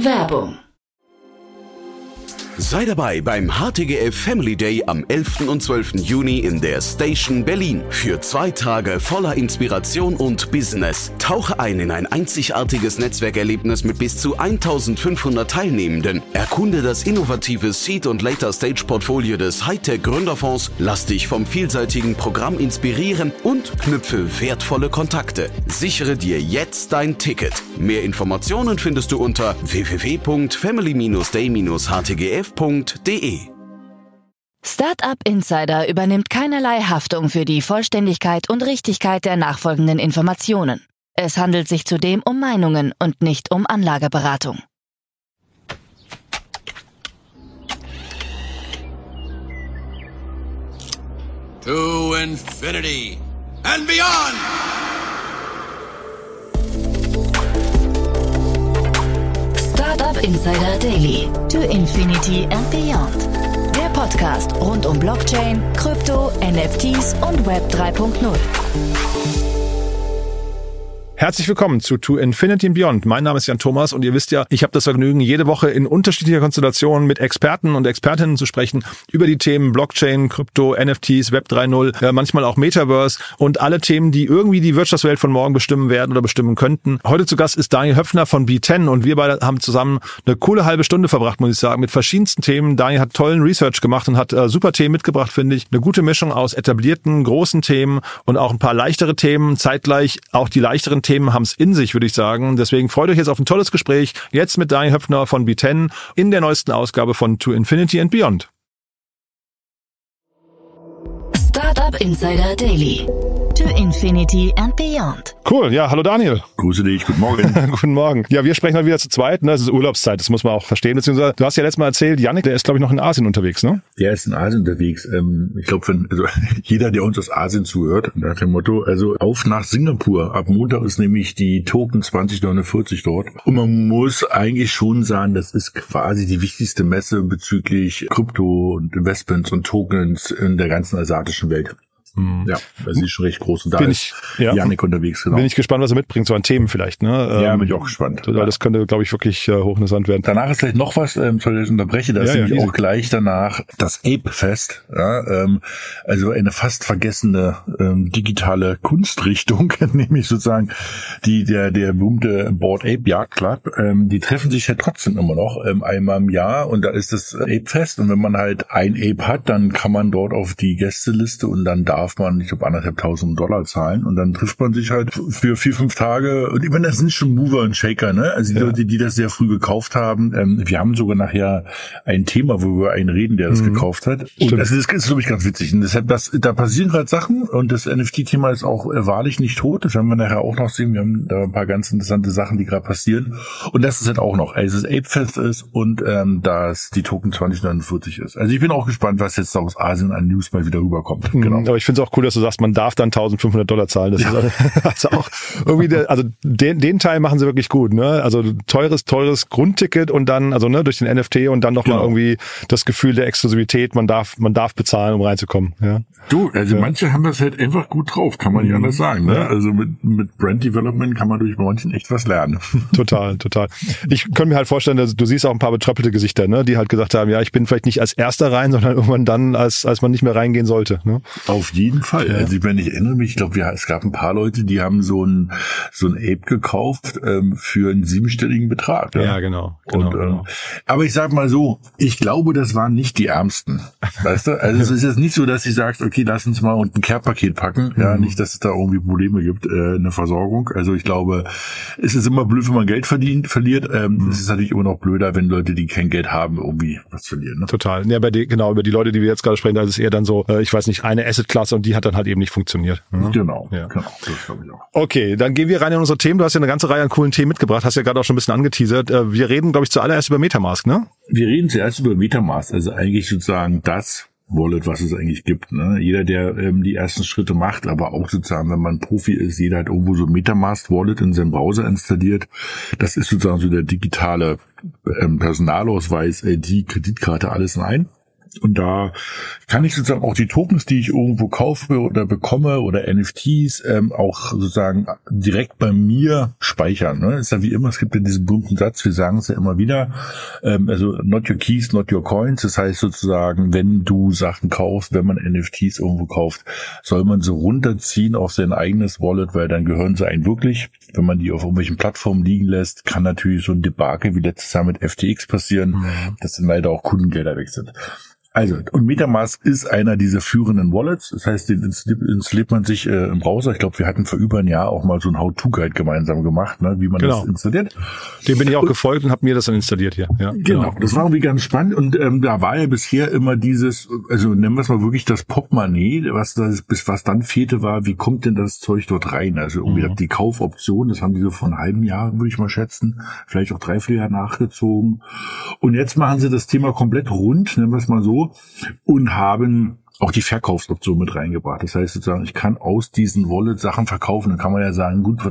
Werbung. Sei dabei beim HTGF Family Day am 11. und 12. Juni in der Station Berlin. Für 2 Tage voller Inspiration und Business. Tauche ein in ein einzigartiges Netzwerkerlebnis mit bis zu 1500 Teilnehmenden. Erkunde das innovative Seed- und Later-Stage-Portfolio des Hightech-Gründerfonds. Lass dich vom vielseitigen Programm inspirieren und knüpfe wertvolle Kontakte. Sichere dir jetzt dein Ticket. Mehr Informationen findest du unter www.family-day-htgf.de. Startup Insider übernimmt keinerlei Haftung für die Vollständigkeit und Richtigkeit der nachfolgenden Informationen. Es handelt sich zudem um Meinungen und nicht um Anlageberatung. To infinity and beyond! Startup Insider Daily. To Infinity and Beyond. Der Podcast rund um Blockchain, Krypto, NFTs und Web 3.0. Herzlich willkommen zu To Infinity and Beyond. Mein Name ist Jan Thomas und ihr wisst ja, ich habe das Vergnügen, jede Woche in unterschiedlicher Konstellation mit Experten und Expertinnen zu sprechen über die Themen Blockchain, Krypto, NFTs, Web 3.0, manchmal auch Metaverse und alle Themen, die irgendwie die Wirtschaftswelt von morgen bestimmen werden oder bestimmen könnten. Heute zu Gast ist Daniel Höpfner von B10 und wir beide haben zusammen eine coole halbe Stunde verbracht, muss ich sagen, mit verschiedensten Themen. Daniel hat tollen Research gemacht und hat super Themen mitgebracht, finde ich. Eine gute Mischung aus etablierten, großen Themen und auch ein paar leichtere Themen. Zeitgleich auch die leichteren Themen haben es in sich, würde ich sagen. Deswegen freut euch jetzt auf ein tolles Gespräch. Jetzt mit Daniel Höpfner von B10 in der neuesten Ausgabe von To Infinity and Beyond. Startup Insider Daily. To Infinity and Beyond. Cool, ja, hallo Daniel. Grüße dich, guten Morgen. Guten Morgen. Ja, wir sprechen mal wieder zu zweit, ne? Es ist Urlaubszeit, das muss man auch verstehen. Beziehungsweise, du hast ja letztes Mal erzählt, Yannick, der ist, glaube ich, noch in Asien unterwegs, ne? Der ist in Asien unterwegs. Ich glaube, jeder, der uns aus Asien zuhört, nach dem Motto, also auf nach Singapur. Ab Montag ist nämlich die Token 2049 dort. Und man muss eigentlich schon sagen, das ist quasi die wichtigste Messe bezüglich Krypto und Investments und Tokens in der ganzen asiatischen Welt. Ja, das ist schon recht groß. Und da ist Yannick unterwegs, genau. Bin ich gespannt, was er mitbringt, so an Themen vielleicht, ne? Ja, bin ich auch gespannt. Weil das könnte, glaube ich, wirklich hochinteressant werden. Danach ist vielleicht noch was, sorry, dass ich unterbreche, da ist nämlich auch gleich danach das Ape-Fest, ja, also eine fast vergessene digitale Kunstrichtung, nämlich sozusagen der berühmte Bored Ape Yacht Club, die treffen sich ja trotzdem immer noch einmal im Jahr und da ist das Ape-Fest und wenn man halt ein Ape hat, dann kann man dort auf die Gästeliste und dann darf man, ich glaube, $1.500 zahlen und dann trifft man sich halt für 4-5 Tage und ich meine, das sind schon Mover und Shaker, ne? Also die Leute, die das sehr früh gekauft haben, wir haben sogar nachher ein Thema, wo wir einen reden, der das gekauft hat. Und das ist, glaube ich, ganz witzig. Und deshalb, da passieren gerade Sachen und das NFT-Thema ist auch wahrlich nicht tot. Das werden wir nachher auch noch sehen. Wir haben da ein paar ganz interessante Sachen, die gerade passieren. Und das ist halt auch noch, also das Ape-Fest ist und dass die Token 2049 ist. Also ich bin auch gespannt, was jetzt aus Asien an News mal wieder rüberkommt. Genau. Aber ich finde es auch cool, dass du sagst, man darf dann $1.500 zahlen. Das ist also auch irgendwie, den Teil machen sie wirklich gut, ne? Also teures Grundticket und dann, also ne, durch den NFT und dann nochmal irgendwie das Gefühl der Exklusivität, man darf bezahlen, um reinzukommen. Ja. Manche haben das halt einfach gut drauf, kann man nicht anders sagen, ne? Ja. Also mit Brand Development kann man durch manchen echt was lernen. Total. Ich könnte mir halt vorstellen, dass du siehst auch ein paar betröppelte Gesichter, ne, die halt gesagt haben, ja, ich bin vielleicht nicht als Erster rein, sondern irgendwann dann, als man nicht mehr reingehen sollte, ne? Auf jeden Fall. Ja. Also ich erinnere mich, ich glaube, es gab ein paar Leute, die haben so ein Ape gekauft für einen 7-stelligen Betrag. Ja, genau. Aber ich sag mal so, ich glaube, das waren nicht die Ärmsten. Weißt du? Also es ist jetzt nicht so, dass du sagst, okay, lass uns mal ein Care-Paket packen. Ja, nicht, dass es da irgendwie Probleme gibt, eine Versorgung. Also ich glaube, es ist immer blöd, wenn man Geld verliert. Es ist natürlich immer noch blöder, wenn Leute, die kein Geld haben, irgendwie was verlieren. Ne? Total. Ja, über die Leute, die wir jetzt gerade sprechen, da ist es eher dann so, ich weiß nicht, eine Asset-Klasse und die hat dann halt eben nicht funktioniert. Genau. Ja. Das glaube ich auch. Okay, dann gehen wir rein in unsere Themen. Du hast ja eine ganze Reihe an coolen Themen mitgebracht, hast ja gerade auch schon ein bisschen angeteasert. Wir reden, glaube ich, zuallererst über MetaMask, ne? Wir reden zuerst über MetaMask, also eigentlich sozusagen das Wallet, was es eigentlich gibt. Ne? Jeder, der die ersten Schritte macht, aber auch sozusagen, wenn man Profi ist, jeder hat irgendwo so ein MetaMask-Wallet in seinem Browser installiert. Das ist sozusagen so der digitale Personalausweis, die Kreditkarte, alles in ein. Und da kann ich sozusagen auch die Tokens, die ich irgendwo kaufe oder bekomme oder NFTs, auch sozusagen direkt bei mir speichern. Ne? Ist ja wie immer, es gibt ja diesen berühmten Satz, wir sagen es ja immer wieder, also not your keys, not your coins. Das heißt sozusagen, wenn du Sachen kaufst, wenn man NFTs irgendwo kauft, soll man sie runterziehen auf sein eigenes Wallet, weil dann gehören sie einem wirklich. Wenn man die auf irgendwelchen Plattformen liegen lässt, kann natürlich so ein Debakel wie letztes Jahr mit FTX passieren, dass dann leider auch Kundengelder weg sind. Also, und MetaMask ist einer dieser führenden Wallets. Das heißt, den installiert man sich im Browser. Ich glaube, wir hatten vor über ein Jahr auch mal so ein How-To-Guide gemeinsam gemacht, ne, wie man das installiert. Dem bin ich auch gefolgt und habe mir das dann installiert hier. Ja, genau. Das war irgendwie ganz spannend. Und da war ja bisher immer dieses, also nennen wir es mal wirklich das Portemonnaie, was dann fehlte, war, wie kommt denn das Zeug dort rein? Also irgendwie die Kaufoption, das haben die so vor einem halben Jahr, würde ich mal schätzen, vielleicht auch 3-4 Jahre nachgezogen. Und jetzt machen sie das Thema komplett rund, nennen wir es mal so, und haben auch die Verkaufsoption mit reingebracht. Das heißt sozusagen, ich kann aus diesen Wallet Sachen verkaufen. Dann kann man ja sagen, gut,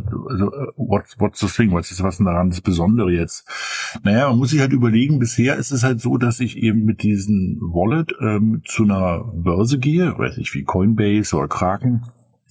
what's the thing? Was ist denn daran das Besondere jetzt? Naja, man muss sich halt überlegen, bisher ist es halt so, dass ich eben mit diesen Wallet zu einer Börse gehe, weiß nicht, wie Coinbase oder Kraken,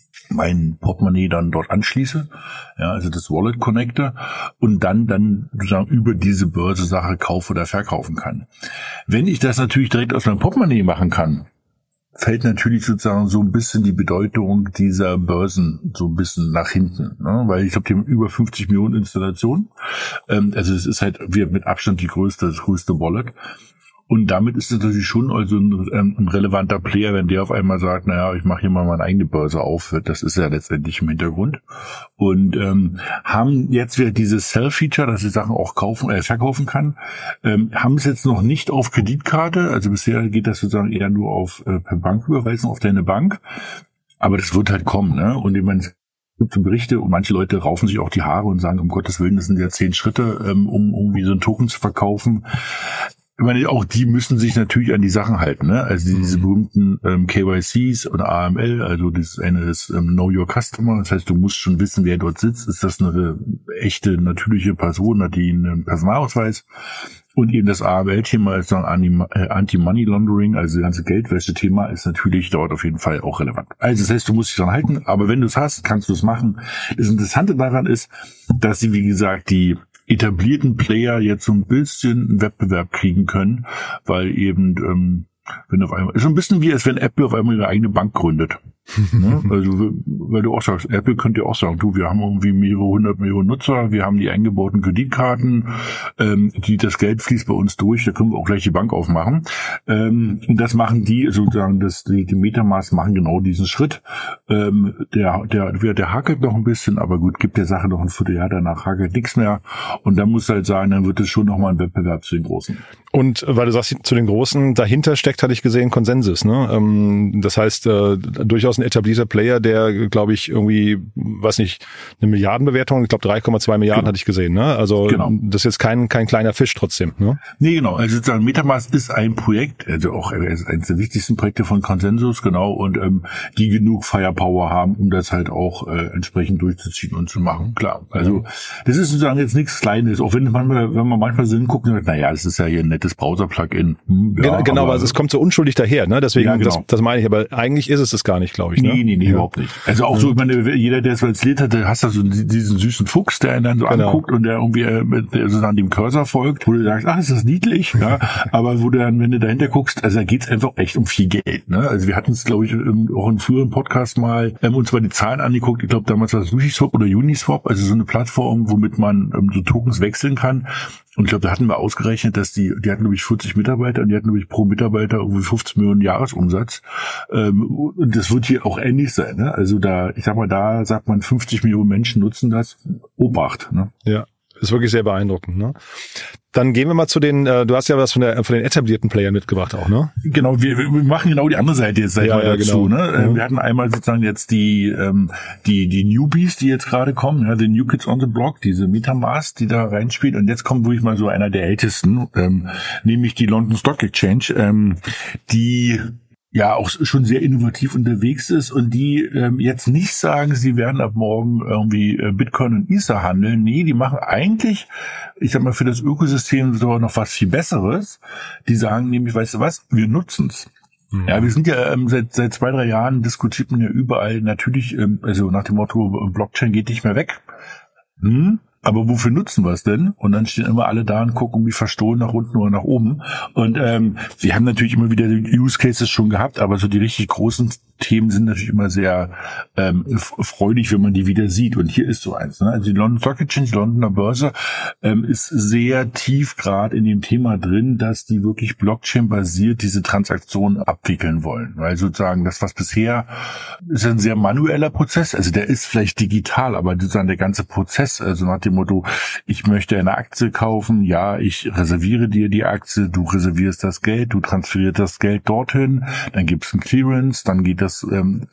mein Portemonnaie dann dort anschließe, ja, also das Wallet Connector, und dann sozusagen über diese Börse Sache kaufe oder verkaufen kann. Wenn ich das natürlich direkt aus meinem Portemonnaie machen kann, fällt natürlich sozusagen so ein bisschen die Bedeutung dieser Börsen so ein bisschen nach hinten, ne? Weil ich glaube, die haben über 50 Millionen Installationen, also es ist halt mit Abstand das größte Wallet. Und damit ist es natürlich schon also ein relevanter Player, wenn der auf einmal sagt, naja, ich mache hier mal meine eigene Börse auf. Das ist ja letztendlich im Hintergrund. Und haben jetzt wieder dieses Sell-Feature, dass ich Sachen auch verkaufen kann, haben es jetzt noch nicht auf Kreditkarte. Also bisher geht das sozusagen eher nur auf per Banküberweisung auf deine Bank. Aber das wird halt kommen, ne? Und ich meine, es gibt so Berichte und manche Leute raufen sich auch die Haare und sagen, um Gottes Willen, das sind ja 10 Schritte, um irgendwie so einen Token zu verkaufen. Ich meine, auch die müssen sich natürlich an die Sachen halten, ne? Also diese berühmten KYCs und AML, also das eine ist Know Your Customer, das heißt, du musst schon wissen, wer dort sitzt. Ist das eine echte, natürliche Person, hat die einen Personalausweis? Und eben das AML-Thema ist dann Anti-Money Laundering, also das ganze Geldwäsche-Thema ist natürlich dort auf jeden Fall auch relevant. Also das heißt, du musst dich dran halten, aber wenn du es hast, kannst du es machen. Das Interessante daran ist, dass sie, wie gesagt, die etablierten Player jetzt so ein bisschen einen Wettbewerb kriegen können, weil eben, wenn auf einmal, ist so ein bisschen wie, als wenn Apple auf einmal ihre eigene Bank gründet. Ne? Also, weil du auch sagst, Apple könnte ja auch sagen, du, wir haben irgendwie mehrere 100 Millionen Nutzer, wir haben die eingebauten Kreditkarten, das Geld fließt bei uns durch, da können wir auch gleich die Bank aufmachen. Und das machen die, sozusagen, die MetaMask machen genau diesen Schritt. Der hakelt noch ein bisschen, aber gut, gibt der Sache noch ein Vierteljahr, danach hakelt nichts mehr. Und dann musst du halt sagen, dann wird es schon nochmal ein Wettbewerb zu den Großen. Und weil du sagst, zu den Großen, dahinter steckt, hatte ich gesehen, Consensus, ne? Das heißt, durchaus ein etablierter Player, der, glaube ich, irgendwie, weiß nicht, eine Milliardenbewertung, ich glaube 3,2 Milliarden hatte ich gesehen, ne? Also das ist jetzt kein kleiner Fisch trotzdem, ne? Nee, genau. Also sozusagen MetaMask ist ein Projekt, also auch eines der wichtigsten Projekte von Consensus, genau, und die genug Firepower haben, um das halt auch entsprechend durchzuziehen und zu machen, klar. Also das ist sozusagen jetzt nichts Kleines, auch wenn man manchmal so hinguckt und sagt, naja, das ist ja hier ein nettes Browser-Plugin. Genau, aber es kommt so unschuldig daher, ne? Deswegen, das meine ich, aber eigentlich ist es das gar nicht, glaube ich. Ne? Nee, überhaupt nicht. Also auch so, ich meine, jeder, der es installiert hat, hast da so diesen süßen Fuchs, der ihn dann so anguckt und der irgendwie sozusagen dem Cursor folgt, wo du sagst, ach, ist das niedlich, ja, aber wo du dann, wenn du dahinter guckst, also da geht's einfach echt um viel Geld, ne? Also wir hatten es, glaube ich, auch in früheren Podcast mal uns mal die Zahlen angeguckt, ich glaube damals war es SushiSwap oder Uniswap, also so eine Plattform, womit man so Tokens wechseln kann. Und ich glaube, da hatten wir ausgerechnet, dass die hatten, glaube ich, 40 Mitarbeiter und die hatten, glaube ich, pro Mitarbeiter irgendwie 50 Millionen Jahresumsatz. Und das wird hier auch ähnlich sein, ne? Also da sagt man 50 Millionen Menschen nutzen das. Obacht, ne? Ja, ist wirklich sehr beeindruckend, ne? Dann gehen wir mal zu den, du hast ja was von den etablierten Playern mitgebracht auch, ne? Genau, wir machen genau die andere Seite jetzt dazu, genau. Ne? Ja. Wir hatten einmal sozusagen jetzt die Newbies, die jetzt gerade kommen, ja, die New Kids on the Block, diese MetaMask, die da reinspielt, und jetzt kommt wirklich mal so einer der ältesten, nämlich die London Stock Exchange, die ja auch schon sehr innovativ unterwegs ist und die jetzt nicht sagen, sie werden ab morgen irgendwie Bitcoin und Ether handeln. Nee, die machen eigentlich, ich sag mal, für das Ökosystem so noch was viel Besseres. Die sagen nämlich, weißt du was, wir nutzen's. Ja, wir sind ja seit 2-3 Jahren diskutiert man ja überall natürlich, also nach dem Motto, Blockchain geht nicht mehr weg. Aber wofür nutzen wir es denn? Und dann stehen immer alle da und gucken wie verstohlen nach unten oder nach oben. Und wir haben natürlich immer wieder die Use Cases schon gehabt, aber so die richtig großen Themen sind natürlich immer sehr freudig, wenn man die wieder sieht. Und hier ist so eins. Ne? Also die London Stock Exchange, die Londoner Börse, ist sehr tief gerade in dem Thema drin, dass die wirklich Blockchain-basiert diese Transaktionen abwickeln wollen. Weil sozusagen das, was bisher ist ein sehr manueller Prozess, also der ist vielleicht digital, aber sozusagen der ganze Prozess, also nach dem Motto, ich möchte eine Aktie kaufen, ja, ich reserviere dir die Aktie, du reservierst das Geld, du transferierst das Geld dorthin, dann gibt's ein Clearance, dann geht das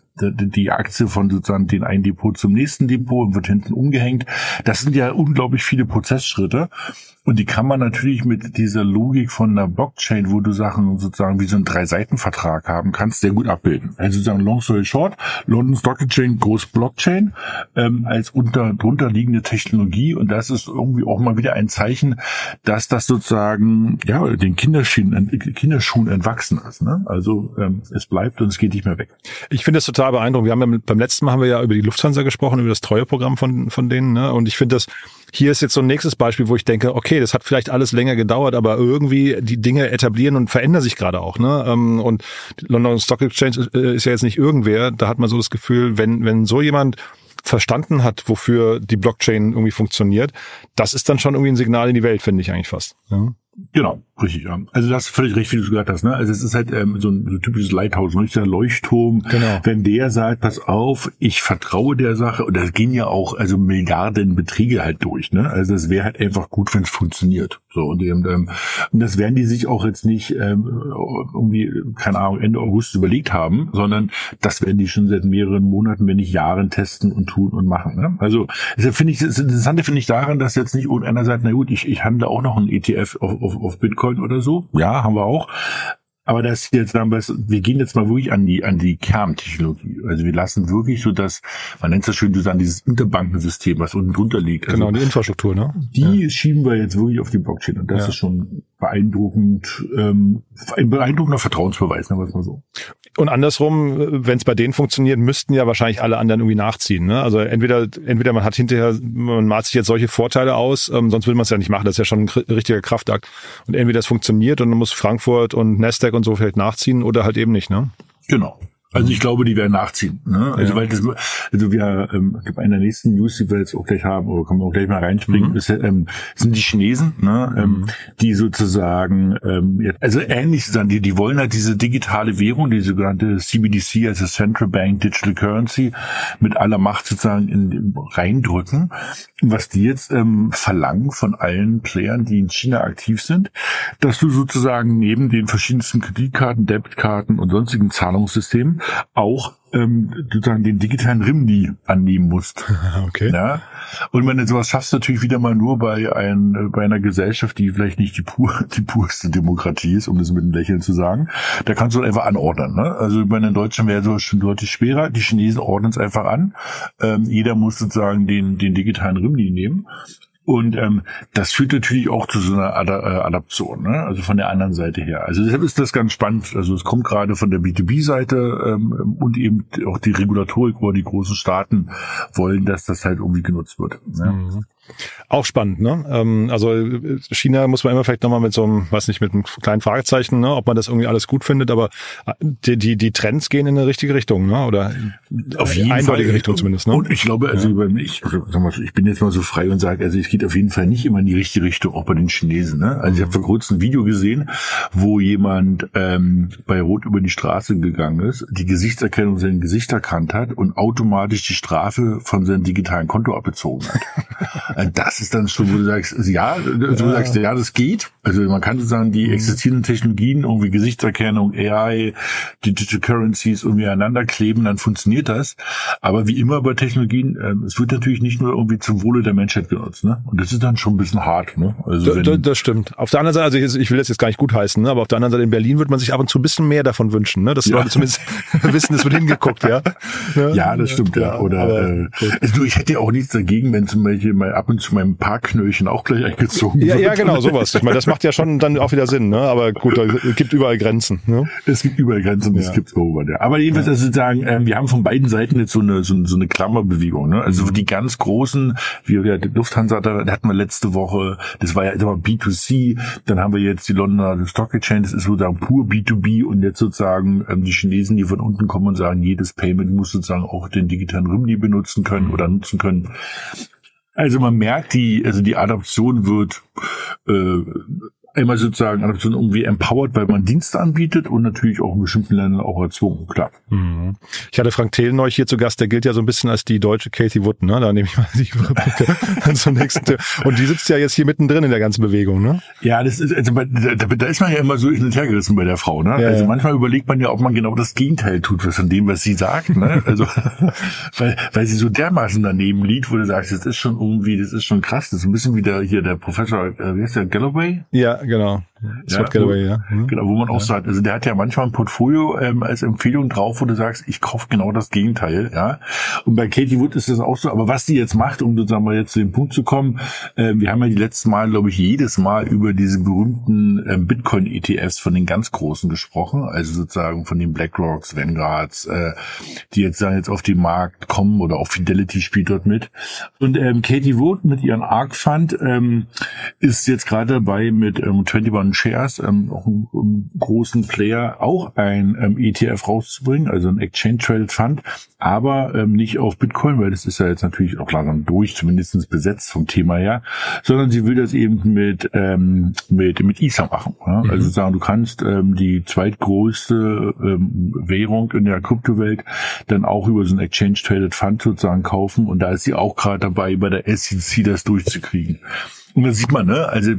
die Aktie von sozusagen den einen Depot zum nächsten Depot und wird hinten umgehängt. Das sind ja unglaublich viele Prozessschritte. Und die kann man natürlich mit dieser Logik von einer Blockchain, wo du Sachen sozusagen wie so einen 3-Seiten-Vertrag haben kannst, sehr gut abbilden. Also sozusagen long story short, London Stock Exchange, groß Blockchain, als drunter liegende Technologie. Und das ist irgendwie auch mal wieder ein Zeichen, dass das sozusagen, ja, den Kinderschuhen entwachsen ist. Ne? Also es bleibt und es geht nicht mehr weg. Ich finde das total beeindruckend. Wir haben ja beim letzten Mal haben wir ja über die Lufthansa gesprochen, über das Treueprogramm von denen. Ne? Und ich finde das, hier ist jetzt so ein nächstes Beispiel, wo ich denke, okay, das hat vielleicht alles länger gedauert, aber irgendwie die Dinge etablieren und verändern sich gerade auch. Ne? Und London Stock Exchange ist ja jetzt nicht irgendwer. Da hat man so das Gefühl, wenn so jemand verstanden hat, wofür die Blockchain irgendwie funktioniert, das ist dann schon irgendwie ein Signal in die Welt, finde ich eigentlich fast. Ja. Genau, richtig, ja. Also das ist völlig richtig, wie du gesagt hast, ne? Also es ist halt so ein typisches Lighthouse, ein richtiger Leuchtturm. Genau. Wenn der sagt, pass auf, ich vertraue der Sache, und da gehen ja auch also Milliardenbeträge halt durch, ne? Also das wäre halt einfach gut, wenn es funktioniert. So, und das werden die sich auch jetzt nicht irgendwie, keine Ahnung, Ende August überlegt haben, sondern das werden die schon seit mehreren Monaten, wenn nicht Jahren testen und tun und machen. Ne? Also deshalb finde ich, das Interessante finde ich daran, dass jetzt nicht irgendeiner sagt, na gut, ich handle auch noch einen ETF auf Bitcoin oder so. Ja, haben wir auch. Aber das jetzt sagen wir gehen jetzt mal wirklich an die Kerntechnologie. Also wir lassen wirklich so das, man nennt es ja schön, dieses Interbankensystem, was unten drunter liegt. Also genau, die Infrastruktur, ne? Die schieben wir jetzt wirklich auf die Blockchain. Und das ist schon beeindruckend, ein beeindruckender Vertrauensbeweis, sagen wir es mal so. Und andersrum, wenn es bei denen funktioniert, müssten ja wahrscheinlich alle anderen irgendwie nachziehen. Ne? Also entweder man hat hinterher, man malt sich jetzt solche Vorteile aus, sonst will man es ja nicht machen. Das ist ja schon ein richtiger Kraftakt. Und entweder es funktioniert und dann muss Frankfurt und Nasdaq und so vielleicht nachziehen oder halt eben nicht. Ne? Genau. Also ich glaube, die werden nachziehen. Ne? Also weil wir gibt eine der nächsten News, die wir jetzt auch gleich haben, oder können wir auch gleich mal reinspringen, sind die Chinesen, ne? Die sozusagen also ähnlich sagen, die wollen halt diese digitale Währung, die sogenannte CBDC, also Central Bank Digital Currency, mit aller Macht sozusagen reindrücken. Was die jetzt verlangen von allen Playern, die in China aktiv sind, dass du sozusagen neben den verschiedensten Kreditkarten, Debitkarten und sonstigen Zahlungssystemen auch sozusagen den digitalen Renminbi annehmen musst. Okay. Ja? Und wenn du sowas schaffst, natürlich wieder mal nur bei einer Gesellschaft, die vielleicht nicht die purste Demokratie ist, um das mit einem Lächeln zu sagen, da kannst du einfach anordnen. Ne? Also bei den Deutschen wäre so schon deutlich schwerer. Die Chinesen ordnen es einfach an. Jeder muss sozusagen den digitalen Renminbi nehmen. Und das führt natürlich auch zu so einer Adaption, ne? Also von der anderen Seite her. Also deshalb ist das ganz spannend. Also es kommt gerade von der B2B-Seite und eben auch die Regulatorik, wo die großen Staaten wollen, dass das halt irgendwie genutzt wird. Ne? Mhm. Auch spannend, ne? Also China muss man immer vielleicht nochmal mit einem kleinen Fragezeichen, ne, ob man das irgendwie alles gut findet, aber die Trends gehen in eine richtige Richtung, ne? Oder auf jeden eindeutige Fall. Richtung zumindest, ne? Und ich glaube, also ich bin jetzt mal so frei und sage, also es geht auf jeden Fall nicht immer in die richtige Richtung, auch bei den Chinesen, ne? Also ich habe vor kurzem ein Video gesehen, wo jemand bei Rot über die Straße gegangen ist, die Gesichtserkennung sein Gesicht erkannt hat und automatisch die Strafe von seinem digitalen Konto abgezogen hat. Das ist dann schon, wo du sagst, ja, das geht, Also man kann sozusagen die existierenden Technologien, irgendwie Gesichtserkennung, AI, Digital Currencies irgendwie aneinander kleben, dann funktioniert das. Aber wie immer bei Technologien, es wird natürlich nicht nur irgendwie zum Wohle der Menschheit genutzt, ne? Und das ist dann schon ein bisschen hart, ne? Also das stimmt. Auf der anderen Seite, also ich will das jetzt gar nicht gutheißen, ne? Aber auf der anderen Seite in Berlin würde man sich ab und zu ein bisschen mehr davon wünschen, ne? Dass die Leute zumindest wissen, es wird hingeguckt, ja? Ja, das stimmt, ja. Oder also ich hätte ja auch nichts dagegen, wenn zum Beispiel mal ab und zu mein Parkknöllchen auch gleich eingezogen wird. Ja, genau, sowas. Ich meine, das macht ja schon dann auch wieder Sinn, ne? Aber gut, es gibt überall Grenzen, ne? Es gibt überall Grenzen, es gibt Over, ja. Aber jedenfalls, also sagen, wir haben von beiden Seiten jetzt so eine Klammerbewegung, ne? Also die ganz großen, wie die Lufthansa, da hatten wir letzte Woche, das war ja immer B2C, dann haben wir jetzt die Londoner Stock Exchange, das ist sozusagen pur B2B und jetzt sozusagen die Chinesen, die von unten kommen und sagen, jedes Payment muss sozusagen auch den digitalen Renminbi benutzen können oder nutzen können. Also man merkt, die Adaption wird einmal sozusagen Adaption irgendwie empowered, weil man Dienste anbietet und natürlich auch in bestimmten Ländern auch erzwungen, klar. Ich hatte Frank Thelen neulich hier zu Gast, der gilt ja so ein bisschen als die deutsche Katie Wood, ne? Da nehme ich mal die Brücke zum nächsten Thema. Und die sitzt ja jetzt hier mittendrin in der ganzen Bewegung, ne? Ja, das ist, also da ist man ja immer so hin und her gerissen bei der Frau, ne? Ja, also manchmal überlegt man ja, ob man genau das Gegenteil tut, von dem, was sie sagt, ne? Also, weil sie so dermaßen daneben liegt, wo du sagst, das ist schon krass, das ist ein bisschen wie der Professor, wie heißt der, Galloway? Ja, genau. Scott Galloway, ja. Genau, wo man auch sagt, also der hat ja manchmal ein Portfolio als Empfehlung drauf, wo du sagst, ich kaufe genau das Gegenteil, ja. Und bei Katie Wood ist das auch so, aber was die jetzt macht, um sozusagen mal jetzt zu dem Punkt zu kommen, wir haben ja die letzten Mal, glaube ich, jedes Mal über diese berühmten Bitcoin-ETFs von den ganz Großen gesprochen, also sozusagen von den BlackRocks, Vanguards, die jetzt auf den Markt kommen oder auch Fidelity spielt dort mit. Und Katie Wood mit ihren ARK Fund ist jetzt gerade dabei mit 21 Shares, auch einen großen Player, auch ein ETF rauszubringen, also ein Exchange Traded Fund, aber nicht auf Bitcoin, weil das ist ja jetzt natürlich auch langsam durch, zumindest besetzt vom Thema her, sondern sie will das eben mit Ether machen. Ja? Also sagen, du kannst die zweitgrößte Währung in der Kryptowelt dann auch über so ein Exchange Traded Fund sozusagen kaufen und da ist sie auch gerade dabei, bei der SEC das durchzukriegen. Und da sieht man, ne, also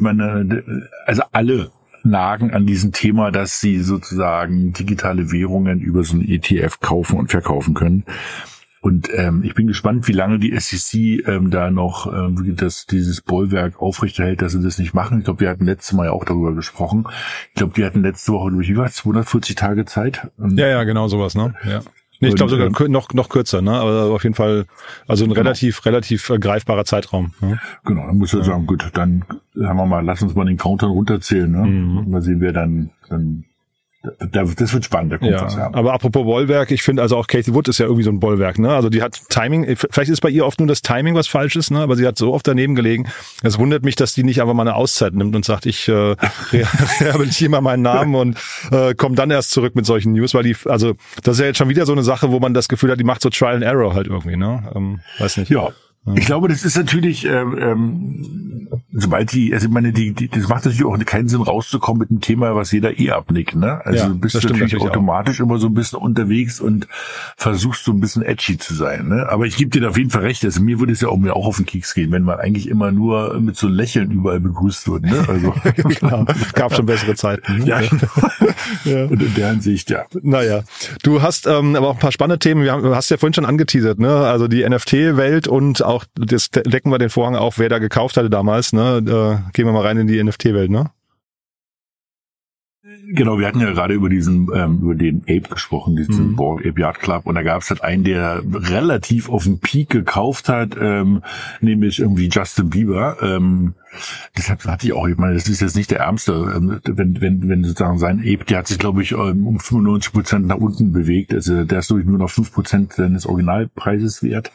alle nagen an diesem Thema, dass sie sozusagen digitale Währungen über so ein ETF kaufen und verkaufen können. Und ich bin gespannt, wie lange die SEC da noch dieses Bollwerk aufrechterhält, dass sie das nicht machen. Ich glaube, wir hatten letztes Mal ja auch darüber gesprochen. Ich glaube, die hatten letzte Woche, wie war es, 240 Tage Zeit? Ja, genau sowas, ne? Ja. Nee, ich glaube sogar noch kürzer, ne? Aber auf jeden Fall, also ein relativ greifbarer Zeitraum. Ne? Genau, dann muss ich sagen, gut, dann sagen wir mal, lass uns mal den Countdown runterzählen, ne? Mal sehen, wer dann das wird spannend, da kommt was her. Aber apropos Bollwerk, ich finde also auch Katie Wood ist ja irgendwie so ein Bollwerk, ne? Also die hat Timing, vielleicht ist bei ihr oft nur das Timing, was falsch ist, ne? Aber sie hat so oft daneben gelegen. Es wundert mich, dass die nicht einfach mal eine Auszeit nimmt und sagt, ich rehabilitiere mal meinen Namen und komme dann erst zurück mit solchen News, weil das ist ja jetzt schon wieder so eine Sache, wo man das Gefühl hat, die macht so Trial and Error halt irgendwie, ne? Weiß nicht. Ja. Ich glaube, das ist natürlich, sobald das macht natürlich auch keinen Sinn, rauszukommen mit einem Thema, was jeder abnickt, ne? Also du bist natürlich automatisch immer so ein bisschen unterwegs und versuchst so ein bisschen edgy zu sein, ne? Aber ich gebe dir da auf jeden Fall recht, also mir würde es ja auch auf den Keks gehen, wenn man eigentlich immer nur mit so Lächeln überall begrüßt wird, ne? Also genau. Gab schon bessere Zeiten. Ne? Ja, ja. Und in der Hinsicht, ja. Naja. Du hast aber auch ein paar spannende Themen, du hast ja vorhin schon angeteasert, ne? Also die NFT-Welt und auch das decken wir den Vorhang auf, wer da gekauft hatte damals, ne? Gehen wir mal rein in die NFT-Welt, ne? Genau, wir hatten ja gerade über den Ape gesprochen, diesen Bored Ape Yacht Club, und da gab es halt einen, der relativ auf den Peak gekauft hat, nämlich irgendwie Justin Bieber. Deshalb hatte ich auch, ich meine, das ist jetzt nicht der Ärmste, wenn sozusagen sein Ape, der hat sich, glaube ich, um 95% nach unten bewegt, also der ist, glaube ich, nur noch 5% seines Originalpreises wert.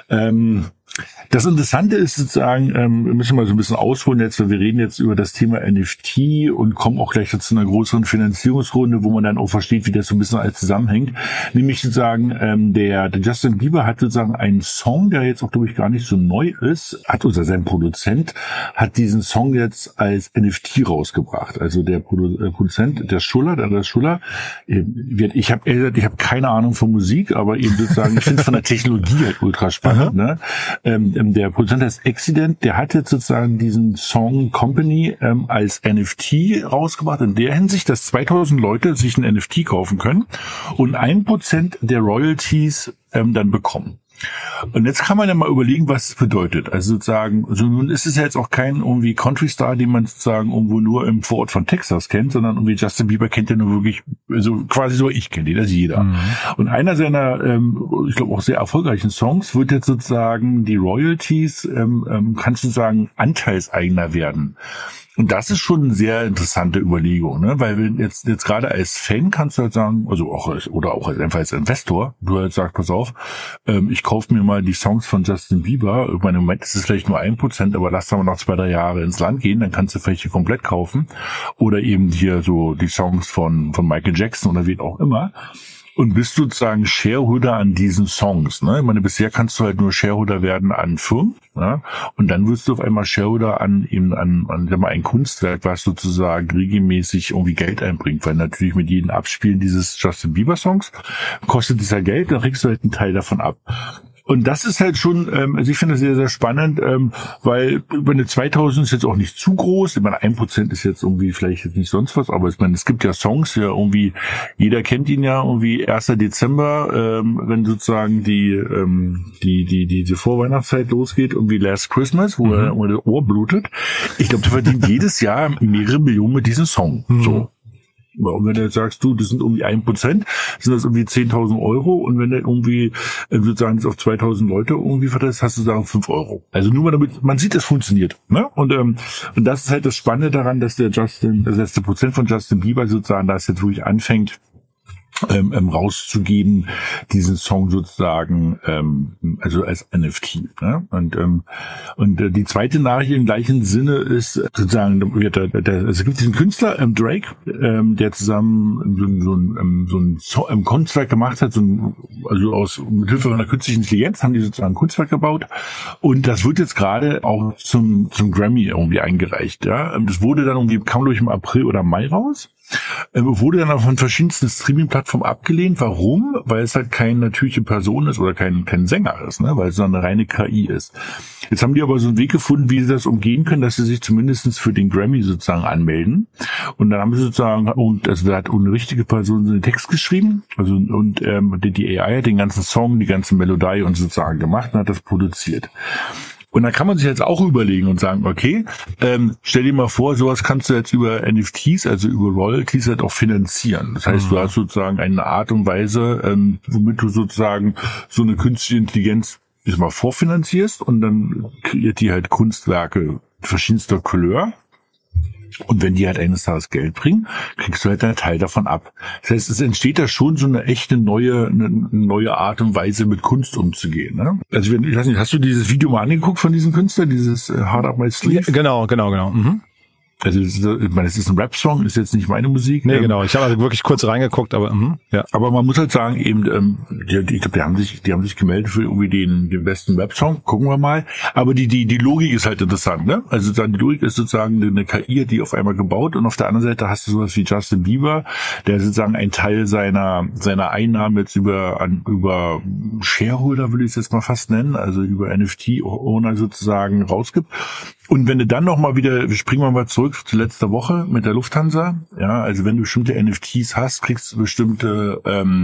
Das Interessante ist sozusagen, wir müssen mal so ein bisschen ausholen jetzt, weil wir reden jetzt über das Thema NFT und kommen auch gleich zu einer größeren Finanzierungsrunde, wo man dann auch versteht, wie das so ein bisschen alles zusammenhängt. Nämlich sozusagen, der Justin Bieber hat sozusagen einen Song, der jetzt auch, glaube ich, gar nicht so neu ist, sein Produzent hat diesen Song jetzt als NFT rausgebracht. Also der Produzent, der Schuller, ich habe keine Ahnung von Musik, aber eben sozusagen, ich finde es von der Technologie halt ultra spannend, ne? der Produzent heißt Accident, der hat jetzt sozusagen diesen Song Company als NFT rausgebracht, in der Hinsicht, dass 2000 Leute sich ein NFT kaufen können und 1% der Royalties dann bekommen. Und jetzt kann man ja mal überlegen, was es bedeutet. Also sozusagen, also nun ist es ja jetzt auch kein irgendwie Country-Star, den man sozusagen irgendwo nur im Vorort von Texas kennt, sondern irgendwie Justin Bieber kennt ja nur wirklich, also quasi so, ich kenne den, das jeder. Mhm. Und einer seiner, ich glaube auch sehr erfolgreichen Songs wird jetzt sozusagen die Royalties, kannst du sagen, Anteilseigner werden. Und das ist schon eine sehr interessante Überlegung, ne? Weil jetzt gerade als Fan kannst du halt sagen, also auch als Investor, du halt sagst, pass auf, ich kaufe mir mal die Songs von Justin Bieber. Ich meine, im Moment ist es vielleicht nur 1%, aber lass da mal noch 2-3 Jahre ins Land gehen, dann kannst du vielleicht hier komplett kaufen. Oder eben hier so die Songs von Michael Jackson oder wen auch immer. Und bist sozusagen Shareholder an diesen Songs, ne? Ich meine, bisher kannst du halt nur Shareholder werden an Firmen, ja? Und dann wirst du auf einmal Shareholder an ein Kunstwerk, was sozusagen regelmäßig irgendwie Geld einbringt, weil natürlich mit jedem Abspielen dieses Justin Bieber Songs kostet dieser Geld, dann kriegst du halt einen Teil davon ab. Und das ist halt schon, also ich finde das sehr, sehr spannend, weil über eine 2000 ist jetzt auch nicht zu groß. Ich meine, 1% ist jetzt irgendwie vielleicht jetzt nicht sonst was, aber ich meine, es gibt ja Songs, ja irgendwie, jeder kennt ihn ja irgendwie 1. Dezember, wenn sozusagen die Vorweihnachtszeit losgeht, irgendwie Last Christmas, wo er das Ohr blutet. Ich glaube, der verdient jedes Jahr mehrere Millionen mit diesem Song. So. Und wenn du jetzt sagst, das sind irgendwie 1%, sind das irgendwie 10.000 Euro. Und wenn du irgendwie sozusagen das auf 2.000 Leute irgendwie verteilst, hast du sagen 5 Euro. Also nur mal damit, man sieht, es funktioniert. Ne? Und das ist halt das Spannende daran, dass das letzte Prozent von Justin Bieber sozusagen, da es jetzt wirklich anfängt, rauszugeben, diesen Song sozusagen, also als NFT. Ne? Und die zweite Nachricht im gleichen Sinne ist sozusagen, es gibt diesen Künstler, Drake, der zusammen so ein Kunstwerk gemacht hat, mit Hilfe einer künstlichen Intelligenz haben die sozusagen ein Kunstwerk gebaut. Und das wird jetzt gerade auch zum Grammy irgendwie eingereicht. Ja? Das wurde dann kam durch im April oder Mai raus. Wurde dann auch von verschiedensten Streaming-Plattformen abgelehnt. Warum? Weil es halt keine natürliche Person ist oder kein Sänger ist, ne? Weil es so eine reine KI ist. Jetzt haben die aber so einen Weg gefunden, wie sie das umgehen können, dass sie sich zumindest für den Grammy sozusagen anmelden. Und dann haben sie sozusagen, da hat eine richtige Person so einen Text geschrieben, die AI hat den ganzen Song, die ganze Melodie und sozusagen gemacht und hat das produziert. Und dann kann man sich jetzt auch überlegen und sagen, okay, stell dir mal vor, sowas kannst du jetzt über NFTs, also über Royalties halt auch finanzieren. Das heißt, du hast sozusagen eine Art und Weise, womit du sozusagen so eine künstliche Intelligenz mal vorfinanzierst und dann kreiert die halt Kunstwerke verschiedenster Couleur. Und wenn die halt eines Tages Geld bringen, kriegst du halt einen Teil davon ab. Das heißt, es entsteht da schon so eine echte neue Art und Weise, mit Kunst umzugehen. Ne? Also ich weiß nicht, hast du dieses Video mal angeguckt von diesem Künstler, dieses Hard Up My Sleeve? Ja, genau. Mhm. Also ich meine, es ist ein Rap-Song, ist jetzt nicht meine Musik. Nee, genau. Ich habe also wirklich kurz reingeguckt, aber ja. Aber man muss halt sagen, eben, ich glaube, die haben sich gemeldet für irgendwie den besten Rap-Song. Gucken wir mal. Aber die Logik ist halt interessant, ne? Also sozusagen die Logik ist sozusagen eine KI, die auf einmal gebaut und auf der anderen Seite hast du sowas wie Justin Bieber, der sozusagen einen Teil seiner Einnahmen jetzt über Shareholder, will ich es jetzt mal fast nennen, also über NFT-Owner sozusagen rausgibt. Und wenn du dann nochmal springen wir mal zurück zu letzter Woche mit der Lufthansa. Ja, also wenn du bestimmte NFTs hast, kriegst du bestimmte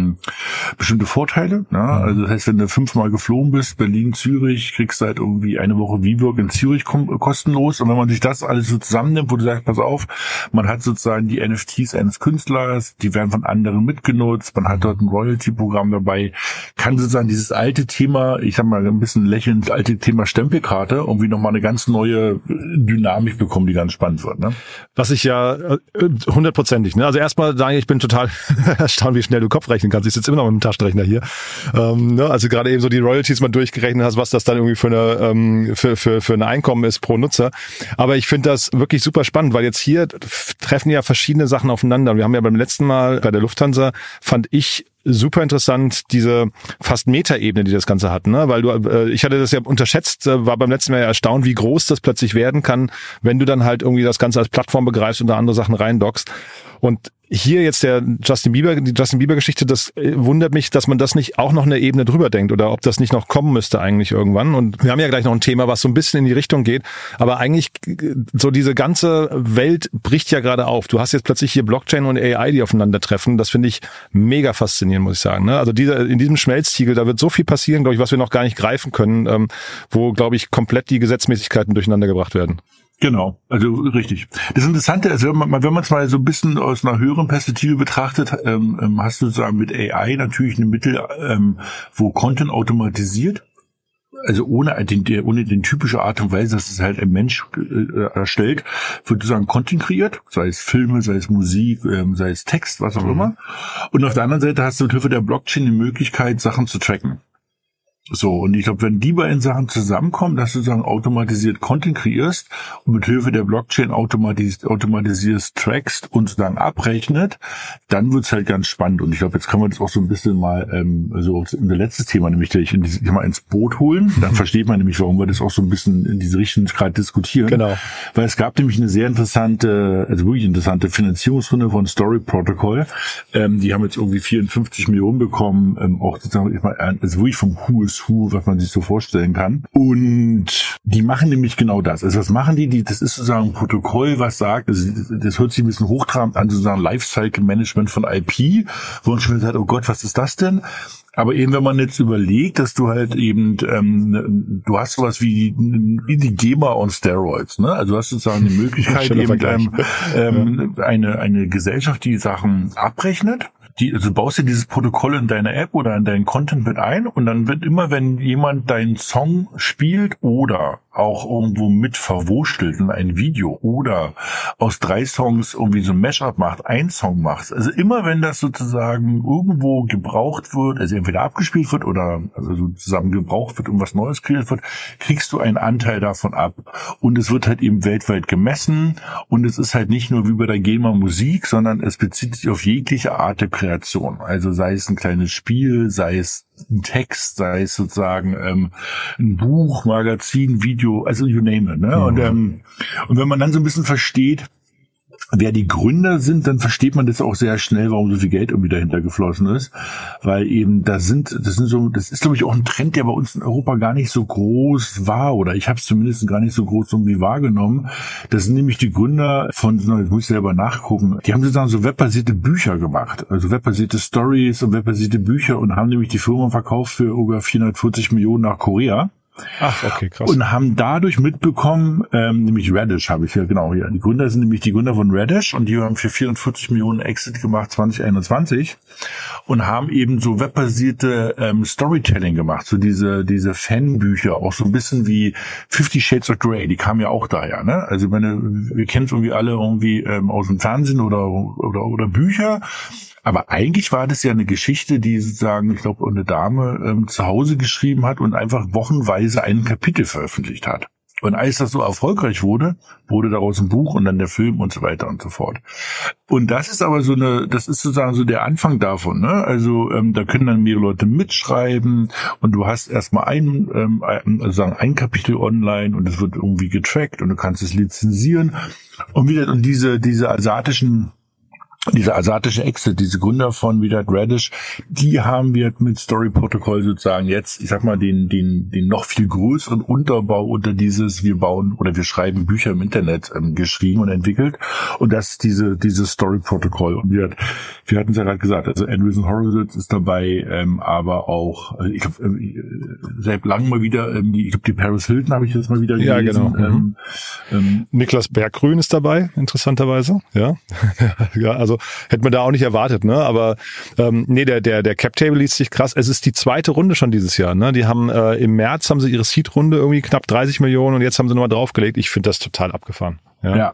Vorteile. Ja? Also das heißt, wenn du 5-mal geflogen bist, Berlin, Zürich, kriegst du halt irgendwie eine Woche WeWork in Zürich kostenlos. Und wenn man sich das alles so zusammennimmt, wo du sagst, pass auf, man hat sozusagen die NFTs eines Künstlers, die werden von anderen mitgenutzt, man hat dort ein Royalty-Programm dabei, kann sozusagen dieses alte Thema, ich sag mal ein bisschen lächelnd, alte Thema Stempelkarte irgendwie nochmal eine ganz neue Dynamik bekommen, die ganz spannend wird. Ne? Was ich ja 100%ig, ne? Also erstmal sage ich bin total erstaunt, wie schnell du Kopf rechnen kannst. Ich sitze immer noch mit dem Taschenrechner hier. Also gerade eben so die Royalties mal durchgerechnet hast, was das dann irgendwie für eine Einkommen ist pro Nutzer. Aber ich finde das wirklich super spannend, weil jetzt hier treffen ja verschiedene Sachen aufeinander. Und wir haben ja beim letzten Mal bei der Lufthansa, fand ich super interessant, diese fast Metaebene, die das Ganze hat, ne? Weil ich hatte das ja unterschätzt, war beim letzten Mal ja erstaunt, wie groß das plötzlich werden kann, wenn du dann halt irgendwie das Ganze als Plattform begreifst und da andere Sachen reindockst. Und hier jetzt die Justin Bieber-Geschichte, das wundert mich, dass man das nicht auch noch eine Ebene drüber denkt oder ob das nicht noch kommen müsste eigentlich irgendwann. Und wir haben ja gleich noch ein Thema, was so ein bisschen in die Richtung geht. Aber eigentlich so diese ganze Welt bricht ja gerade auf. Du hast jetzt plötzlich hier Blockchain und AI, die aufeinandertreffen. Das finde ich mega faszinierend, muss ich sagen. Also in diesem Schmelztiegel, da wird so viel passieren, glaube ich, was wir noch gar nicht greifen können, wo, glaube ich, komplett die Gesetzmäßigkeiten durcheinander gebracht werden. Genau, also richtig. Das Interessante ist, wenn man es mal so ein bisschen aus einer höheren Perspektive betrachtet, hast du sozusagen mit AI natürlich ein Mittel, wo Content automatisiert, also ohne den typische Art und Weise, dass es halt ein Mensch erstellt, wird sozusagen Content kreiert, sei es Filme, sei es Musik, sei es Text, was auch immer. Und auf der anderen Seite hast du mit Hilfe der Blockchain die Möglichkeit, Sachen zu tracken. So, und ich glaube, wenn die beiden Sachen zusammenkommen, dass du sozusagen automatisiert Content kreierst und mit Hilfe der Blockchain automatisierst, trackst und sozusagen abrechnet, dann wird's halt ganz spannend. Und ich glaube, jetzt können wir das auch so ein bisschen mal so unser letztes Thema, nämlich mal ins Boot holen. Dann versteht man nämlich, warum wir das auch so ein bisschen in diese Richtung gerade diskutieren. Genau. Weil es gab nämlich eine sehr interessante, also wirklich interessante Finanzierungsrunde von Story Protocol. Die haben jetzt irgendwie 54 Millionen bekommen, auch sozusagen, also wirklich vom Who, was man sich so vorstellen kann. Und die machen nämlich genau das. Also was machen die? Das ist sozusagen ein Protokoll, was sagt, das hört sich ein bisschen hochtrabend an, sozusagen Lifecycle Management von IP, wo man schon sagt, oh Gott, was ist das denn? Aber eben, wenn man jetzt überlegt, dass du halt eben, du hast sowas wie die GEMA on Steroids, ne? Also du hast sozusagen die Möglichkeit, eben eine Gesellschaft, die Sachen abrechnet. Also du baust dir dieses Protokoll in deine App oder in deinen Content mit ein und dann wird immer, wenn jemand deinen Song spielt oder auch irgendwo mit verwurschtelt in ein Video oder aus 3 Songs irgendwie so ein Mashup macht, ein Song macht. Also immer wenn das sozusagen irgendwo gebraucht wird, also entweder abgespielt wird oder also so zusammen gebraucht wird und was Neues kreiert wird, kriegst du einen Anteil davon ab. Und es wird halt eben weltweit gemessen und es ist halt nicht nur wie bei der GEMA Musik, sondern es bezieht sich auf jegliche Art der Kreation. Also sei es ein kleines Spiel, sei es ein Text, sei es sozusagen ein Buch, Magazin, Video, also you name it. Ne? Und wenn man dann so ein bisschen versteht, wer die Gründer sind, dann versteht man das auch sehr schnell, warum so viel Geld irgendwie dahinter geflossen ist, weil eben das ist glaube ich auch ein Trend, der bei uns in Europa gar nicht so groß war, oder ich habe es zumindest gar nicht so groß irgendwie wahrgenommen. Das sind nämlich die Gründer von, jetzt muss ich selber nachgucken, die haben sozusagen so webbasierte Bücher gemacht, also webbasierte Stories und webbasierte Bücher und haben nämlich die Firma verkauft für über 440 Millionen nach Korea. Ach, okay, krass. Und haben dadurch mitbekommen, nämlich Radish habe ich ja genau hier. Die Gründer sind nämlich die Gründer von Radish und die haben für 44 Millionen Exit gemacht 2021 und haben eben so webbasierte Storytelling gemacht, so diese Fanbücher, auch so ein bisschen wie 50 Shades of Grey, die kamen ja auch daher, ne? Also wir kennen es irgendwie alle irgendwie aus dem Fernsehen oder Bücher. Aber eigentlich war das ja eine Geschichte, die sozusagen, ich glaube, eine Dame zu Hause geschrieben hat und einfach wochenweise ein Kapitel veröffentlicht hat. Und als das so erfolgreich wurde daraus ein Buch und dann der Film und so weiter und so fort. Und das ist aber das ist sozusagen so der Anfang davon, ne? Also da können dann mehrere Leute mitschreiben und du hast erstmal ein Kapitel online und es wird irgendwie getrackt und du kannst es lizenzieren. Und diese asiatische Exit, diese Gründer von Radish, die haben wir mit Story Protocol sozusagen jetzt, ich sag mal, den noch viel größeren Unterbau unter dieses, wir schreiben Bücher im Internet geschrieben und entwickelt. Und das ist diese Story Protocol. Und wir hatten es ja gerade gesagt, also Andreessen Horowitz ist dabei, aber auch, ich glaube, seit langem mal wieder, ich glaube, die Paris Hilton habe ich jetzt mal wieder gelesen. Ja, genau. Niklas Berggrün ist dabei, interessanterweise. Ja, ja, also hätte man da auch nicht erwartet, ne? Aber der Cap-Table liest sich krass. Es ist die 2. Runde schon dieses Jahr, ne? Die haben im März haben sie ihre Seed-Runde irgendwie knapp 30 Millionen und jetzt haben sie nochmal draufgelegt. Ich finde das total abgefahren. Ja.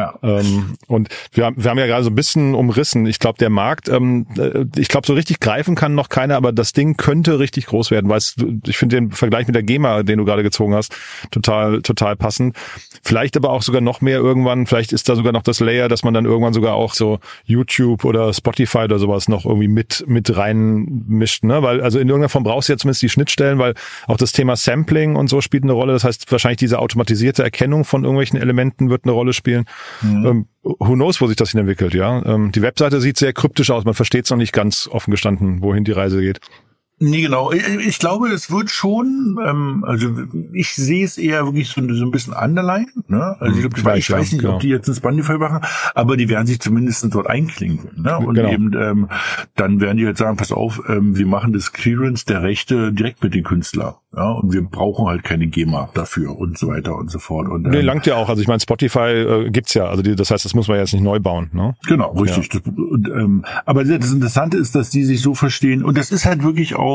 Und wir haben ja gerade so ein bisschen umrissen. Ich glaube, der Markt, ich glaube, so richtig greifen kann noch keiner, aber das Ding könnte richtig groß werden, weil ich finde den Vergleich mit der GEMA, den du gerade gezogen hast, total passend. Vielleicht aber auch sogar noch mehr irgendwann, vielleicht ist da sogar noch das Layer, dass man dann irgendwann sogar auch so YouTube oder Spotify oder sowas noch irgendwie mit reinmischt, ne? Weil, also in irgendeiner Form brauchst du ja zumindest die Schnittstellen, weil auch das Thema Sampling und so spielt eine Rolle. Das heißt, wahrscheinlich diese automatisierte Erkennung von irgendwelchen Elementen wird eine Rolle spielen. Who knows, wo sich das hin entwickelt, ja. Die Webseite sieht sehr kryptisch aus, man versteht es noch nicht ganz offen gestanden, wohin die Reise geht. Nee, genau. Ich glaube, es wird schon, also ich sehe es eher wirklich so ein bisschen underline, ne? Also ich weiß nicht, ob die jetzt ein Spotify machen, aber die werden sich zumindest dort einklinken, ne? Und eben, dann werden die jetzt sagen, pass auf, wir machen das Clearance der Rechte direkt mit den Künstlern, ja? Und wir brauchen halt keine GEMA dafür und so weiter und so fort. Und nee, langt ja auch. Also ich meine, Spotify gibt's ja, also das heißt, das muss man jetzt nicht neu bauen, ne? Genau, richtig. Ja. Aber das Interessante ist, dass die sich so verstehen, und das ist halt wirklich auch,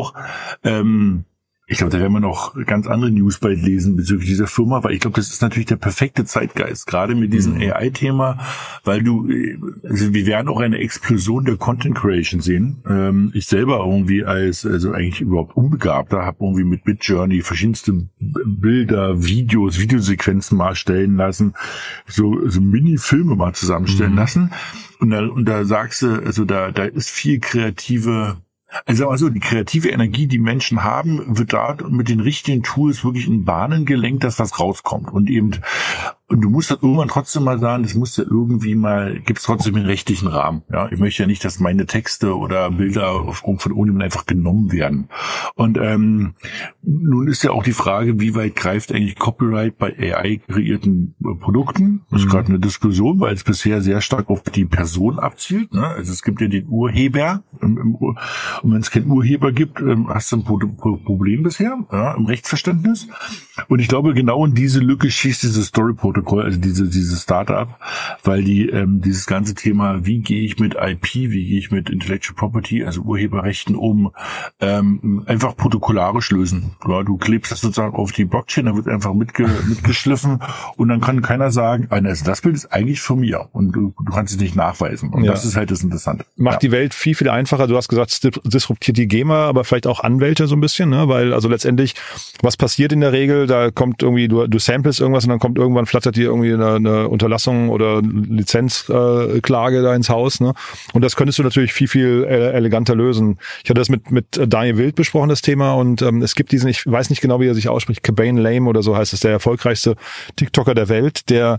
ich glaube, da werden wir noch ganz andere News bald lesen bezüglich dieser Firma, weil ich glaube, das ist natürlich der perfekte Zeitgeist, gerade mit diesem AI-Thema, weil also wir werden auch eine Explosion der Content Creation sehen. Ich selber irgendwie also eigentlich überhaupt Unbegabter, habe irgendwie mit Midjourney verschiedenste Bilder, Videosequenzen mal erstellen lassen, so Mini-Filme mal zusammenstellen lassen. Und da sagst du, also da ist viel kreative, also die kreative Energie, die Menschen haben, wird da mit den richtigen Tools wirklich in Bahnen gelenkt, dass was rauskommt. Und du musst halt irgendwann trotzdem mal sagen, das muss ja irgendwie mal, gibt's trotzdem einen rechtlichen Rahmen. Ja, ich möchte ja nicht, dass meine Texte oder Bilder von irgendjemandem einfach genommen werden. Und nun ist ja auch die Frage, wie weit greift eigentlich Copyright bei AI-kreierten Produkten? Das ist gerade eine Diskussion, weil es bisher sehr stark auf die Person abzielt. Ne? Also es gibt ja den Urheber. Und wenn es keinen Urheber gibt, hast du ein Problem bisher, ja, im Rechtsverständnis. Und ich glaube, genau in diese Lücke schießt dieses Story-Protokoll, also diese Startup, weil die dieses ganze Thema, wie gehe ich mit IP, wie gehe ich mit Intellectual Property, also Urheberrechten einfach protokollarisch lösen. Ja, du klebst das sozusagen auf die Blockchain, da wird einfach mitgeschliffen und dann kann keiner sagen, also das Bild ist eigentlich von mir und du kannst es nicht nachweisen. Und das ist halt das Interessante. Macht die Welt viel, viel einfacher. Du hast gesagt, es disruptiert die GEMA, aber vielleicht auch Anwälte so ein bisschen, ne? Weil also letztendlich, was passiert in der Regel, da kommt irgendwie, du samplest irgendwas und dann kommt irgendwann, flattert dir irgendwie eine Unterlassung oder Lizenzklage da ins Haus, ne? Und das könntest du natürlich viel, viel eleganter lösen. Ich hatte das mit Daniel Wild besprochen, das Thema, und es gibt diesen, ich weiß nicht genau, wie er sich ausspricht, Cabane Lame oder so heißt es, der erfolgreichste TikToker der Welt, der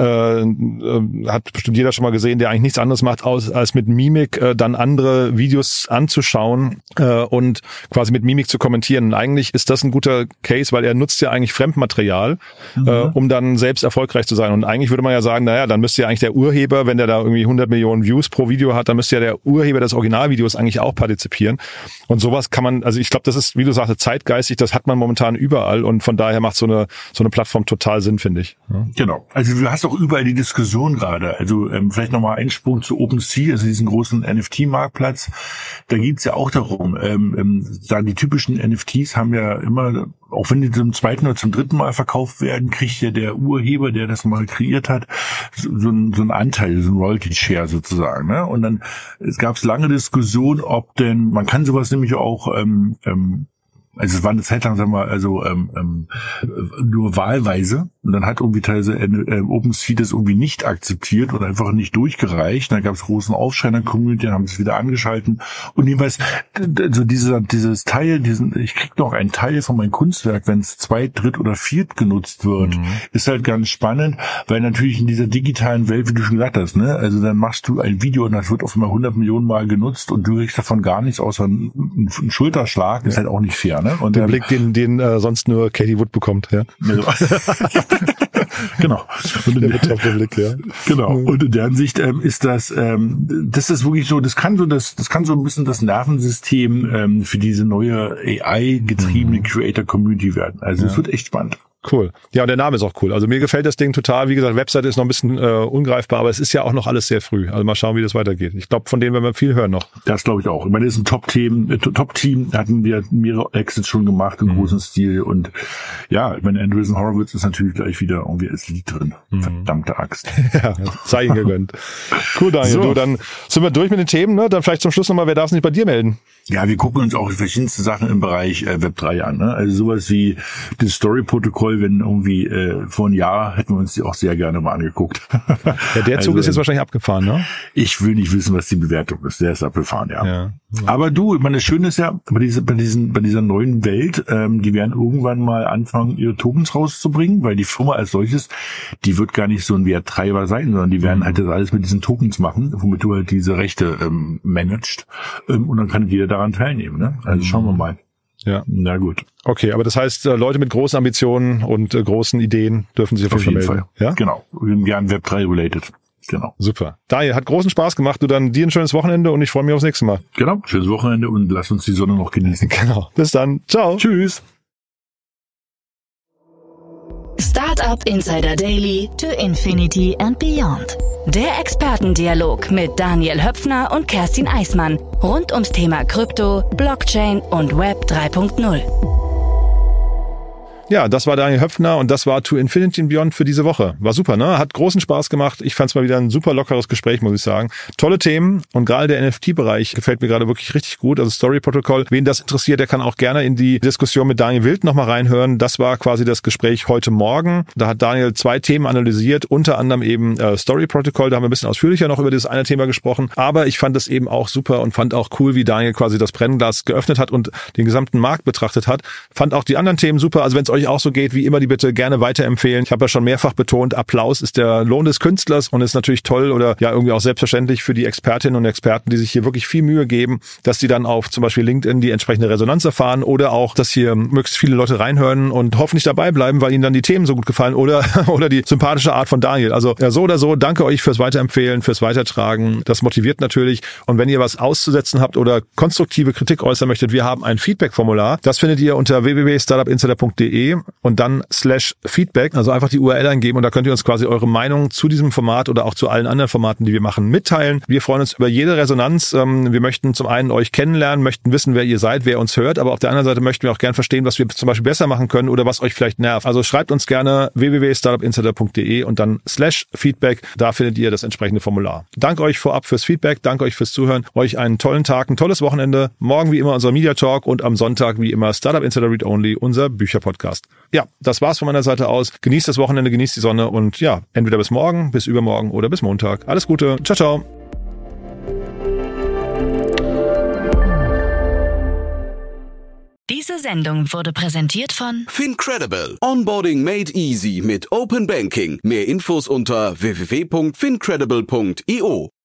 hat bestimmt jeder schon mal gesehen, der eigentlich nichts anderes macht, als mit Mimik dann andere Videos anzuschauen und quasi mit Mimik zu kommentieren. Und eigentlich ist das ein guter Case, weil er nutzt ja eigentlich Fremdmaterial, um dann selbst erfolgreich zu sein. Und eigentlich würde man ja sagen, naja, dann müsste ja eigentlich der Urheber, wenn der da irgendwie 100 Millionen Views pro Video hat, dann müsste ja der Urheber des Originalvideos eigentlich auch partizipieren. Und sowas kann man, also ich glaube, das ist, wie du sagst, zeitgeistig, das hat man momentan überall und von daher macht so eine Plattform total Sinn, finde ich. Ja. Genau. Also du hast auch überall die Diskussion gerade. Also vielleicht nochmal ein Sprung zu OpenSea, also diesen großen NFT-Marktplatz. Da geht's ja auch darum, sagen die typischen NFTs haben ja immer, auch wenn die zum zweiten oder zum dritten Mal verkauft werden, kriegt ja der Urheber, der das mal kreiert hat, so einen Anteil, so ein Royalty-Share sozusagen. Ne? Und dann gab es lange Diskussion, ob denn, man kann sowas nämlich auch also es war eine Zeit lang, sagen wir, also nur wahlweise. Und dann hat irgendwie teilweise OpenSea das irgendwie nicht akzeptiert oder einfach nicht durchgereicht. Dann gab es großen Aufschrei in der Community, dann haben sie es wieder angeschalten. Und jedenfalls, also dieses Teil, ich krieg noch einen Teil von meinem Kunstwerk, wenn es zweit-, dritt- oder viert genutzt wird, ist halt ganz spannend, weil natürlich in dieser digitalen Welt, wie du schon gesagt hast, ne, also dann machst du ein Video und das wird auf einmal 100 Millionen Mal genutzt und du kriegst davon gar nichts außer einen Schulterschlag. Das ist halt auch nicht fair, ne? Und den Blick, den sonst nur Katie Wood bekommt, ja. Genau. Und der betroffene Blick, ja. Genau. Und in der Hinsicht ist das ist wirklich so, das kann so ein bisschen das Nervensystem für diese neue AI-getriebene Creator-Community werden. Also es wird echt spannend. Cool. Ja, und der Name ist auch cool. Also mir gefällt das Ding total. Wie gesagt, Webseite ist noch ein bisschen ungreifbar, aber es ist ja auch noch alles sehr früh. Also mal schauen, wie das weitergeht. Ich glaube, von denen werden wir viel hören noch. Das glaube ich auch. Ich meine, das ist ein Top-Team. Hatten wir mehrere Exits schon gemacht im großen Stil. Und ja, ich meine, Andreessen Horowitz ist natürlich gleich wieder irgendwie als Lied drin. Verdammte Axt. Ja, sei ihm gegönnt. Cool, Daniel. So. Du, dann sind wir durch mit den Themen. Ne? Dann vielleicht zum Schluss nochmal, wer darf sich bei dir melden? Ja, wir gucken uns auch verschiedenste Sachen im Bereich Web3 an. Ne? Also sowas wie das Story-Protokoll, toll, wenn irgendwie vor einem Jahr hätten wir uns die auch sehr gerne mal angeguckt. Ja, der Zug ist jetzt wahrscheinlich abgefahren, ne? Ich will nicht wissen, was die Bewertung ist. Der ist abgefahren, ja. Aber du, ich meine, das Schöne ist ja, bei dieser neuen Welt, die werden irgendwann mal anfangen, ihre Tokens rauszubringen, weil die Firma als solches, die wird gar nicht so ein Werttreiber sein, sondern die werden halt das alles mit diesen Tokens machen, womit du halt diese Rechte managst. Und dann kann jeder daran teilnehmen, ne? Also schauen wir mal. Ja. Na gut. Okay, aber das heißt, Leute mit großen Ambitionen und großen Ideen dürfen sich auf jeden Fall melden. Ja? Genau. Gern Web3-related. Genau. Super. Daniel, hat großen Spaß gemacht. Du dann dir ein schönes Wochenende und ich freue mich aufs nächste Mal. Genau. Schönes Wochenende und lass uns die Sonne noch genießen. Genau. Bis dann. Ciao. Tschüss. Startup Insider Daily to Infinity and Beyond. Der Expertendialog mit Daniel Höpfner und Kerstin Eismann rund ums Thema Krypto, Blockchain und Web 3.0. Ja, das war Daniel Höpfner und das war To Infinity and Beyond für diese Woche. War super, ne? Hat großen Spaß gemacht. Ich fand es mal wieder ein super lockeres Gespräch, muss ich sagen. Tolle Themen und gerade der NFT-Bereich gefällt mir gerade wirklich richtig gut. Also Story Protocol, wen das interessiert, der kann auch gerne in die Diskussion mit Daniel Wild nochmal reinhören. Das war quasi das Gespräch heute Morgen. Da hat Daniel 2 Themen analysiert, unter anderem eben Story Protocol. Da haben wir ein bisschen ausführlicher noch über das eine Thema gesprochen. Aber ich fand das eben auch super und fand auch cool, wie Daniel quasi das Brennglas geöffnet hat und den gesamten Markt betrachtet hat. Fand auch die anderen Themen super. Also wenn es euch auch so geht, wie immer, die bitte gerne weiterempfehlen. Ich habe ja schon mehrfach betont, Applaus ist der Lohn des Künstlers und ist natürlich toll oder ja irgendwie auch selbstverständlich für die Expertinnen und Experten, die sich hier wirklich viel Mühe geben, dass die dann auf zum Beispiel LinkedIn die entsprechende Resonanz erfahren oder auch, dass hier möglichst viele Leute reinhören und hoffentlich dabei bleiben, weil ihnen dann die Themen so gut gefallen oder die sympathische Art von Daniel. Also ja, so oder so, danke euch fürs Weiterempfehlen, fürs Weitertragen. Das motiviert natürlich. Und wenn ihr was auszusetzen habt oder konstruktive Kritik äußern möchtet, wir haben ein Feedback-Formular. Das findet ihr unter www.startupinsider.de und dann /Feedback, also einfach die URL eingeben und da könnt ihr uns quasi eure Meinung zu diesem Format oder auch zu allen anderen Formaten, die wir machen, mitteilen. Wir freuen uns über jede Resonanz. Wir möchten zum einen euch kennenlernen, möchten wissen, wer ihr seid, wer uns hört, aber auf der anderen Seite möchten wir auch gerne verstehen, was wir zum Beispiel besser machen können oder was euch vielleicht nervt. Also schreibt uns gerne www.startupinsider.de und dann /Feedback, da findet ihr das entsprechende Formular. Danke euch vorab fürs Feedback, danke euch fürs Zuhören, euch einen tollen Tag, ein tolles Wochenende. Morgen wie immer unser Media Talk und am Sonntag wie immer Startup Insider Read Only, unser Bücherpodcast. Ja, das war's von meiner Seite aus. Genießt das Wochenende, genießt die Sonne und ja, entweder bis morgen, bis übermorgen oder bis Montag. Alles Gute. Ciao, ciao. Diese Sendung wurde präsentiert von Fincredible. Onboarding made easy mit Open Banking. Mehr Infos unter www.fincredible.io.